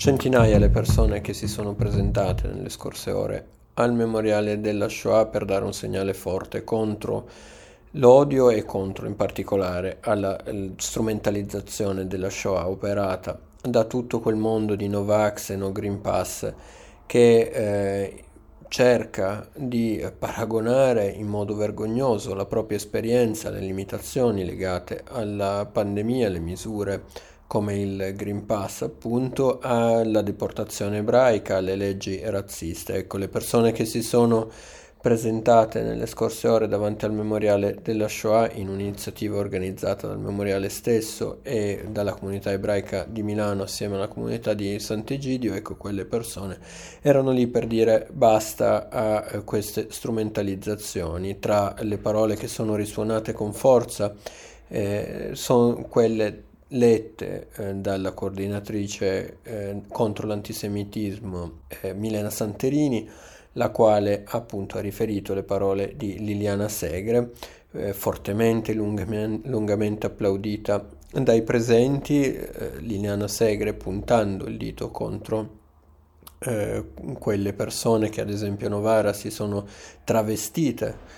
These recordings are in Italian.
Centinaia le persone che si sono presentate nelle scorse ore al memoriale della Shoah per dare un segnale forte contro l'odio e contro in particolare alla strumentalizzazione della Shoah operata da tutto quel mondo di Novax e No Green Pass che cerca di paragonare in modo vergognoso la propria esperienza, le limitazioni legate alla pandemia, alle misure come il Green Pass, appunto, alla deportazione ebraica, alle leggi razziste. Ecco, le persone che si sono presentate nelle scorse ore davanti al memoriale della Shoah in un'iniziativa organizzata dal memoriale stesso e dalla comunità ebraica di Milano assieme alla comunità di Sant'Egidio, ecco, quelle persone erano lì per dire basta a queste strumentalizzazioni. Tra le parole che sono risuonate con forza sono quelle lette dalla coordinatrice contro l'antisemitismo Milena Santerini, la quale appunto ha riferito le parole di Liliana Segre, fortemente, lungamente applaudita dai presenti, Liliana Segre puntando il dito contro quelle persone che ad esempio a Novara si sono travestite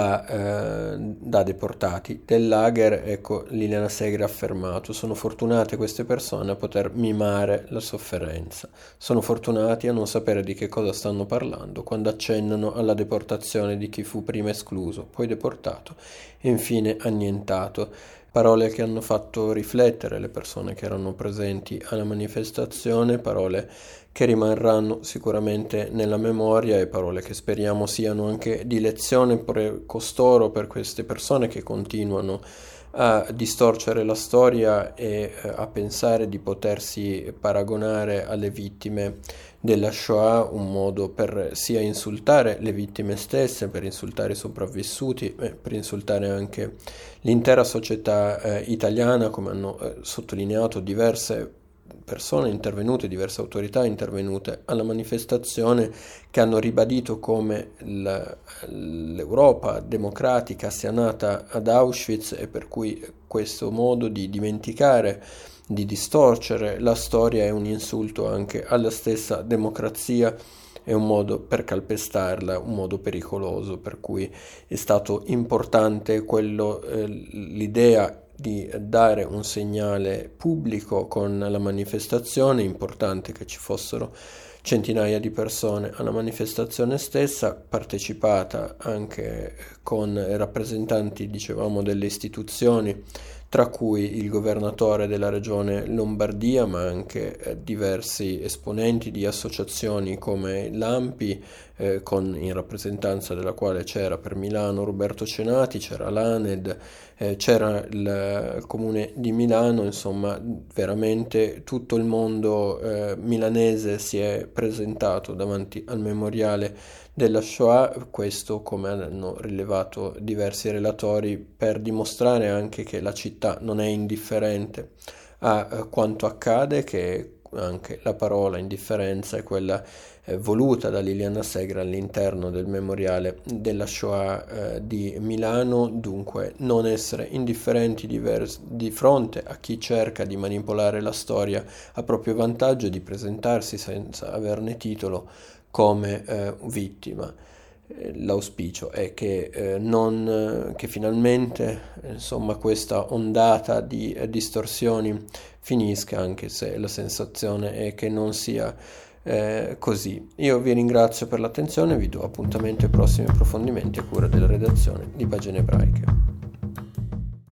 da deportati del lager. Ecco, Liliana Segre ha affermato: sono fortunate queste persone a poter mimare la sofferenza, sono fortunati a non sapere di che cosa stanno parlando quando accennano alla deportazione di chi fu prima escluso, poi deportato e infine annientato. Parole che hanno fatto riflettere le persone che erano presenti alla manifestazione, parole che rimarranno sicuramente nella memoria e parole che speriamo siano anche di lezione per costoro, per queste persone che continuano a distorcere la storia e a pensare di potersi paragonare alle vittime della Shoah, un modo per sia insultare le vittime stesse, per insultare i sopravvissuti, per insultare anche l'intera società italiana, come hanno sottolineato diverse persone intervenute, diverse autorità intervenute alla manifestazione, che hanno ribadito come l'Europa democratica sia nata ad Auschwitz e per cui questo modo di dimenticare, di distorcere la storia è un insulto anche alla stessa democrazia, è un modo per calpestarla, un modo pericoloso, per cui è stato importante l'idea di dare un segnale pubblico con la manifestazione, è importante che ci fossero centinaia di persone alla manifestazione stessa, partecipata anche con rappresentanti, dicevamo, delle istituzioni, tra cui il governatore della regione Lombardia, ma anche diversi esponenti di associazioni come l'ANPI, in rappresentanza della quale c'era per Milano Roberto Cenati, c'era l'ANED, c'era il comune di Milano, insomma veramente tutto il mondo milanese si è presentato davanti al memoriale della Shoah, questo come hanno rilevato diversi relatori per dimostrare anche che la città non è indifferente a quanto accade, che anche la parola indifferenza è quella voluta da Liliana Segre all'interno del memoriale della Shoah di Milano, dunque non essere indifferenti di fronte a chi cerca di manipolare la storia a proprio vantaggio e di presentarsi senza averne titolo come vittima. L'auspicio è che finalmente insomma questa ondata di distorsioni finisca, anche se la sensazione è che non sia così. Io vi ringrazio per l'attenzione, vi do appuntamento ai prossimi approfondimenti a cura della redazione di Pagine Ebraiche.